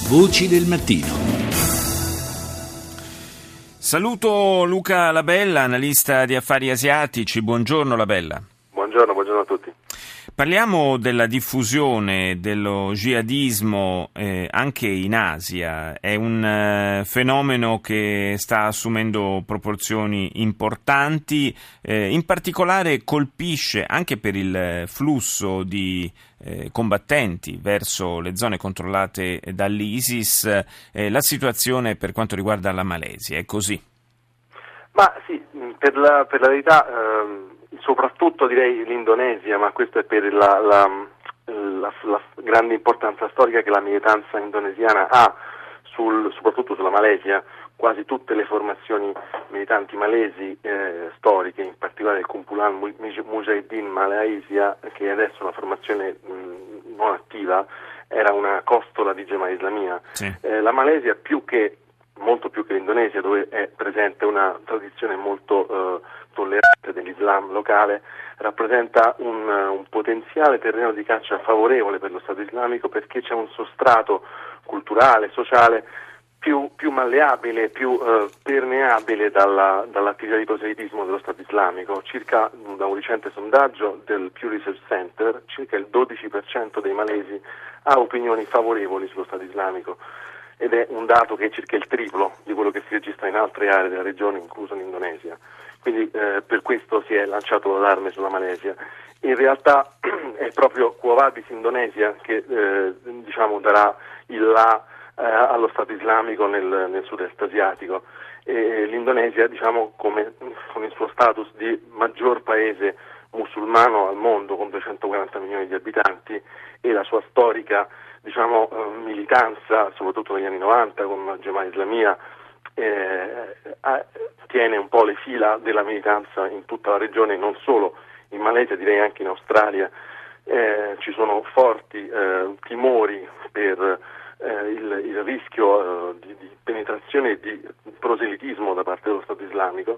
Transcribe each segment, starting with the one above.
Voci del mattino. Saluto Luca Labella, analista di affari asiatici. Buongiorno Labella. Buongiorno a tutti. Parliamo della diffusione dello jihadismo anche in Asia. È un fenomeno che sta assumendo proporzioni importanti, in particolare colpisce anche per il flusso di combattenti verso le zone controllate dall'ISIS la situazione per quanto riguarda la Malesia. È così? Ma sì, per la verità soprattutto direi l'Indonesia, ma questo è per la grande importanza storica che la militanza indonesiana ha soprattutto sulla Malesia. Quasi tutte le formazioni militanti malesi storiche, in particolare il Kumpulan Mujahideen Malaysia, che adesso è una formazione non attiva, era una costola di Jemaah Islamiyah. Sì. La Malesia molto più che l'Indonesia, dove è presente una tradizione molto tollerante dell'Islam locale, rappresenta un potenziale terreno di caccia favorevole per lo Stato islamico, perché c'è un sostrato culturale, sociale più malleabile, più permeabile dall'attività di proselitismo dello Stato islamico. Da un recente sondaggio del Pew Research Center, circa il 12% dei malesi ha opinioni favorevoli sullo Stato islamico, ed è un dato che è circa il triplo di quello che si registra in altre aree della regione, incluso l'Indonesia. Quindi per questo si è lanciato l'allarme sulla Malesia. In realtà è proprio Quo Vadis Indonesia che darà il là allo Stato islamico nel sud-est asiatico. E l'Indonesia, con il suo status di maggior paese musulmano al mondo, con 240 milioni di abitanti, e la sua storica militanza, soprattutto negli anni 90 con Jemaah Islamiyah, tiene un po' le fila della militanza in tutta la regione, non solo in Malesia, direi anche in Australia. Ci sono forti timori per il rischio di penetrazione e di proselitismo da parte dello Stato islamico.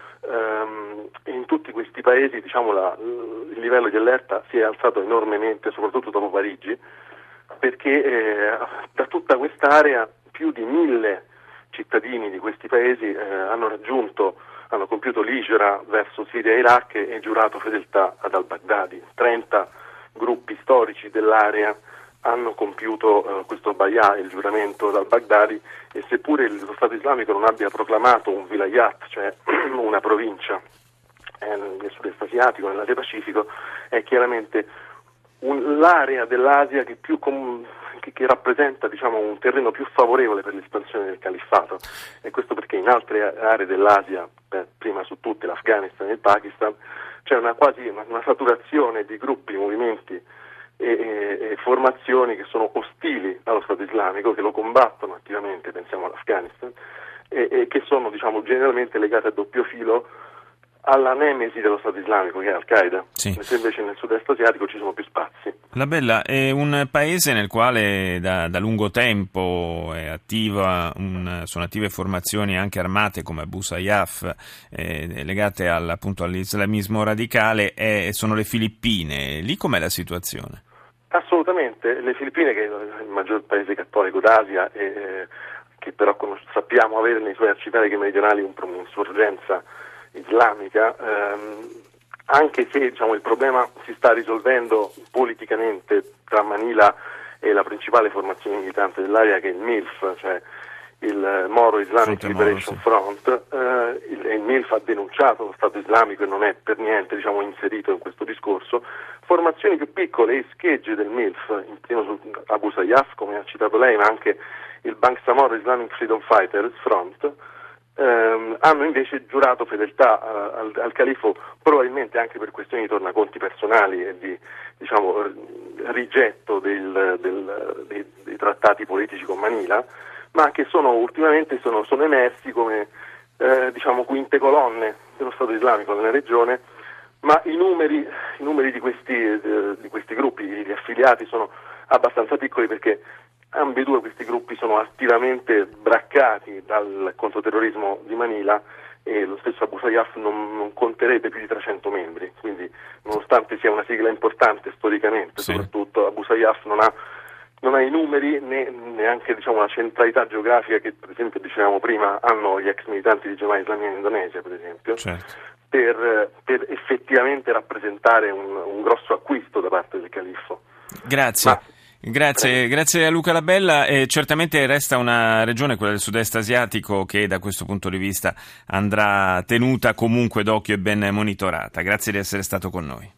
In tutti questi paesi il livello di allerta si è alzato enormemente, soprattutto dopo Parigi, perché da tutta quest'area più di 1.000 cittadini di questi paesi hanno compiuto l'hijra verso Siria e Iraq e giurato fedeltà ad al-Baghdadi. 30 gruppi storici dell'area hanno compiuto questo bay'ah, il giuramento ad al-Baghdadi, e seppure lo Stato islamico non abbia proclamato un vilayat, cioè una provincia nel sud-est asiatico, nell'Asia Pacifico, è chiaramente l'area dell'Asia che rappresenta un terreno più favorevole per l'espansione del califfato. E questo perché in altre aree dell'Asia, prima su tutte l'Afghanistan e il Pakistan, c'è quasi una saturazione di gruppi, movimenti e formazioni che sono ostili allo Stato islamico, che lo combattono attivamente, pensiamo all'Afghanistan, e che sono generalmente legate a doppio filo alla nemesi dello Stato islamico, che è Al-Qaeda. Sì. Mentre invece nel sud-est asiatico ci sono più spazi. Labella è un paese nel quale da lungo tempo sono attive formazioni anche armate come Abu Sayyaf, legate appunto all'islamismo radicale, sono le Filippine. Lì com'è la situazione? Assolutamente, le Filippine, che è il maggior paese cattolico d'Asia, che però sappiamo avere nei suoi arcipelaghi meridionali un'insorgenza islamica, anche se il problema si sta risolvendo politicamente tra Manila e la principale formazione militante dell'area, che è il MILF, cioè il Moro Islamic Liberation Front. Il MILF ha denunciato lo Stato islamico e non è per niente inserito in questo discorso. Formazioni più piccole e schegge del MILF, in primo su Abu Sayyaf, come ha citato lei, ma anche il Bangsamoro Islamic Freedom Fighters Front, hanno invece giurato fedeltà al califfo, probabilmente anche per questioni di tornaconti personali e di rigetto dei trattati politici con Manila, ma che ultimamente sono emersi come quinte colonne dello Stato islamico nella regione. Ma i numeri di questi gruppi, gli affiliati, sono abbastanza piccoli, perché ambedue questi gruppi sono attivamente braccati dal controterrorismo di Manila, e lo stesso Abu Sayyaf non conterebbe più di 300 membri, quindi nonostante sia una sigla importante storicamente, sì, soprattutto Abu Sayyaf non ha non ha i numeri né neanche diciamo la centralità geografica che per esempio dicevamo prima hanno gli ex militanti di Jemaah Islamiyah in Indonesia, per esempio, certo, per effettivamente rappresentare un grosso acquisto da parte del califfo. Grazie. Grazie a Luca Labella. Certamente resta una regione, quella del sud-est asiatico, che da questo punto di vista andrà tenuta comunque d'occhio e ben monitorata. Grazie di essere stato con noi.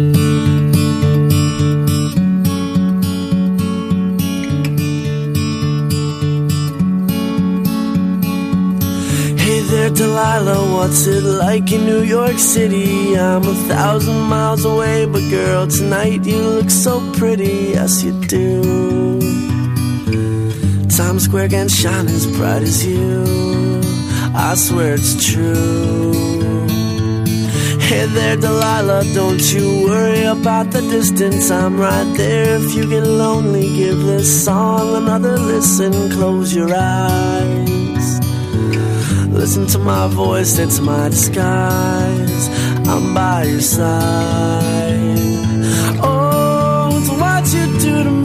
Delilah, what's it like in New York City? I'm 1,000 miles away, but girl, tonight you look so pretty, yes you do. Times Square can't shine as bright as you, I swear it's true. Hey there Delilah, don't you worry about the distance, I'm right there. If you get lonely, give this song another listen, close your eyes. Listen to my voice, it's my disguise, I'm by your side. Oh, it's what you do to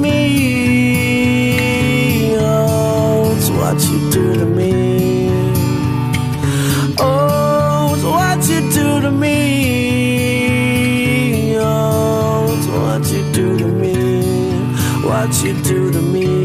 me. Oh, it's what you do to me. Oh, it's what you do to me. Oh, it's what you do to me. What you do to me.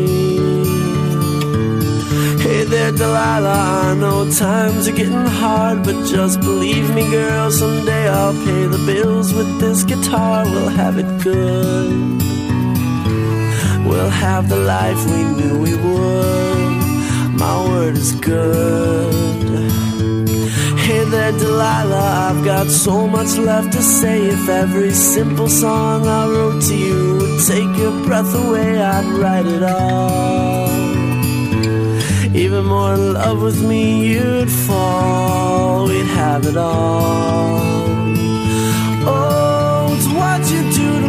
Hey there Delilah, I know times are getting hard, but just believe me girl, someday I'll pay the bills with this guitar. We'll have it good, we'll have the life we knew we would, my word is good. Hey there Delilah, I've got so much left to say. If every simple song I wrote to you would take your breath away, I'd write it all. Even more in love with me you'd fall, we'd have it all. Oh, it's what you do to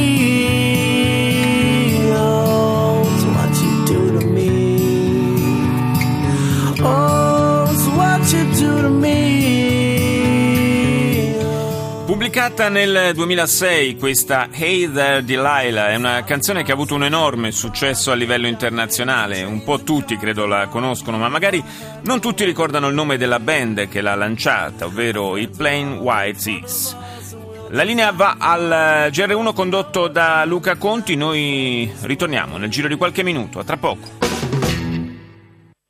me. Oh, it's what you do to me. Oh, it's what you do to me. Pubblicata nel 2006, questa Hey There Delilah è una canzone che ha avuto un enorme successo a livello internazionale. Un po' tutti credo la conoscono, ma magari non tutti ricordano il nome della band che l'ha lanciata, ovvero i Plain White T's. La linea va al GR1 condotto da Luca Conti. Noi ritorniamo nel giro di qualche minuto. A tra poco.